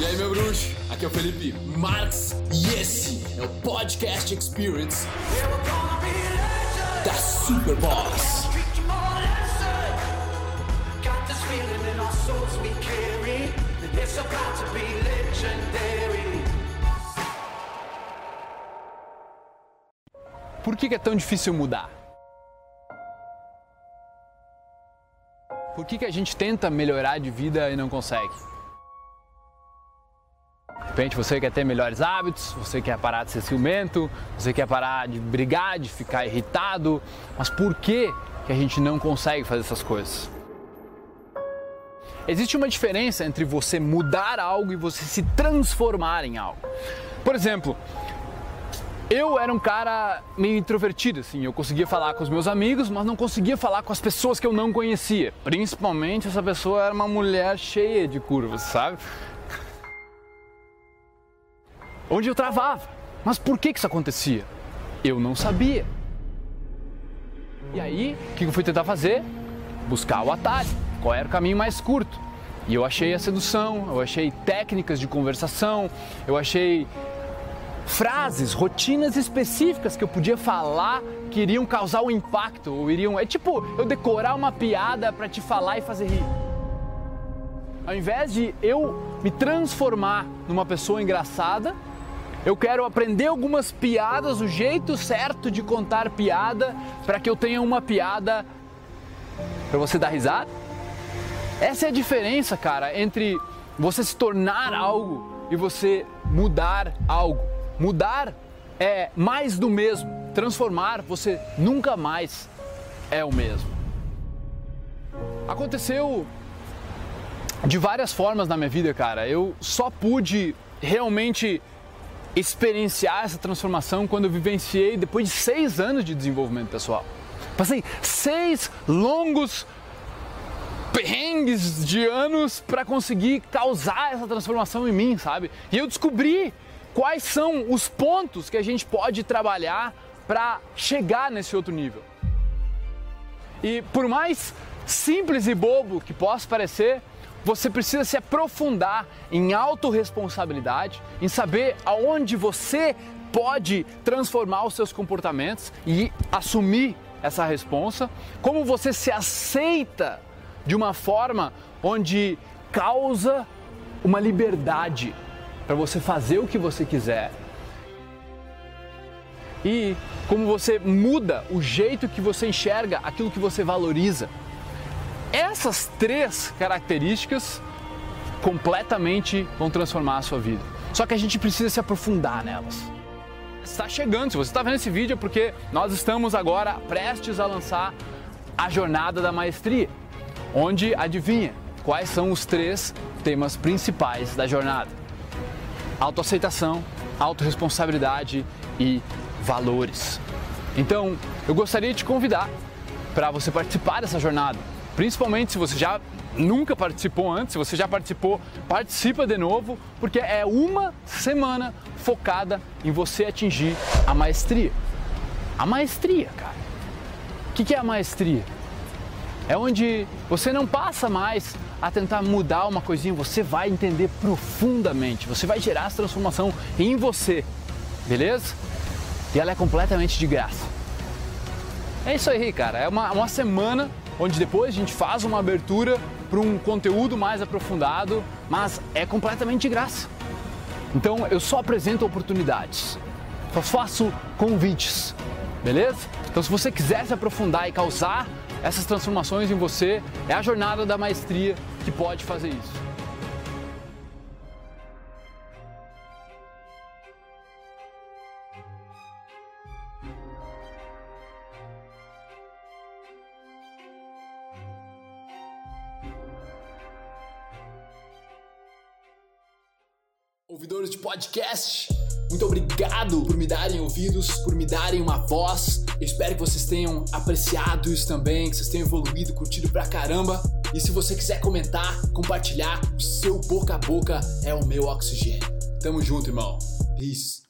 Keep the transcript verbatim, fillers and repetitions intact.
E aí, meu bruxo? Aqui é o Felipe Marques e esse é o Podcast Experience da Superboss. Por que é tão difícil mudar? Por que que a gente tenta melhorar de vida e não consegue? De repente você quer ter melhores hábitos, você quer parar de ser ciumento, você quer parar de brigar, de ficar irritado, mas por que que a gente não consegue fazer essas coisas? Existe uma diferença entre você mudar algo e você se transformar em algo. Por exemplo, eu era um cara meio introvertido, assim, eu conseguia falar com os meus amigos, mas não conseguia falar com as pessoas que eu não conhecia. Principalmente essa pessoa era uma mulher cheia de curvas, sabe? Onde eu travava. Mas por que que isso acontecia? Eu não sabia. E aí, o que eu fui tentar fazer? Buscar o atalho. Qual era o caminho mais curto? E eu achei a sedução, eu achei técnicas de conversação, eu achei frases, rotinas específicas que eu podia falar que iriam causar um impacto, ou iriam... É tipo eu decorar uma piada para te falar e fazer rir. Ao invés de eu me transformar numa pessoa engraçada, eu quero aprender algumas piadas, o jeito certo de contar piada, para que eu tenha uma piada para você dar risada. Essa é a diferença, cara, entre você se tornar algo e você mudar algo. Mudar é mais do mesmo. Transformar, você nunca mais é o mesmo. Aconteceu de várias formas na minha vida, cara. Eu só pude realmente experienciar essa transformação quando eu vivenciei depois de seis anos de desenvolvimento pessoal. Passei seis longos perrengues de anos para conseguir causar essa transformação em mim, sabe? E eu descobri quais são os pontos que a gente pode trabalhar para chegar nesse outro nível. E por mais simples e bobo que possa parecer, você precisa se aprofundar em autorresponsabilidade, em saber aonde você pode transformar os seus comportamentos e assumir essa responsa, como você se aceita de uma forma onde causa uma liberdade para você fazer o que você quiser. E como você muda o jeito que você enxerga aquilo que você valoriza. Essas três características completamente vão transformar a sua vida. Só que a gente precisa se aprofundar nelas. Está chegando, se você está vendo esse vídeo é porque nós estamos agora prestes a lançar a Jornada da Maestria, onde, adivinha, quais são os três temas principais da jornada? Autoaceitação, autorresponsabilidade e valores. Então, eu gostaria de te convidar para você participar dessa jornada. Principalmente se você já nunca participou antes, se você já participou, participa de novo, porque é uma semana focada em você atingir a maestria. A maestria, cara. O que é a maestria? É onde você não passa mais a tentar mudar uma coisinha, você vai entender profundamente, você vai gerar essa transformação em você, beleza? E ela é completamente de graça. É isso aí, cara, é uma, uma semana onde depois a gente faz uma abertura para um conteúdo mais aprofundado, mas é completamente de graça. Então eu só apresento oportunidades, só faço convites, beleza? Então se você quiser se aprofundar e causar essas transformações em você, é a Jornada da Maestria que pode fazer isso. Ouvidores de podcast, muito obrigado por me darem ouvidos, por me darem uma voz. Eu espero que vocês tenham apreciado isso também, que vocês tenham evoluído, curtido pra caramba. E se você quiser comentar, compartilhar, o seu boca a boca é o meu oxigênio. Tamo junto, irmão. Peace.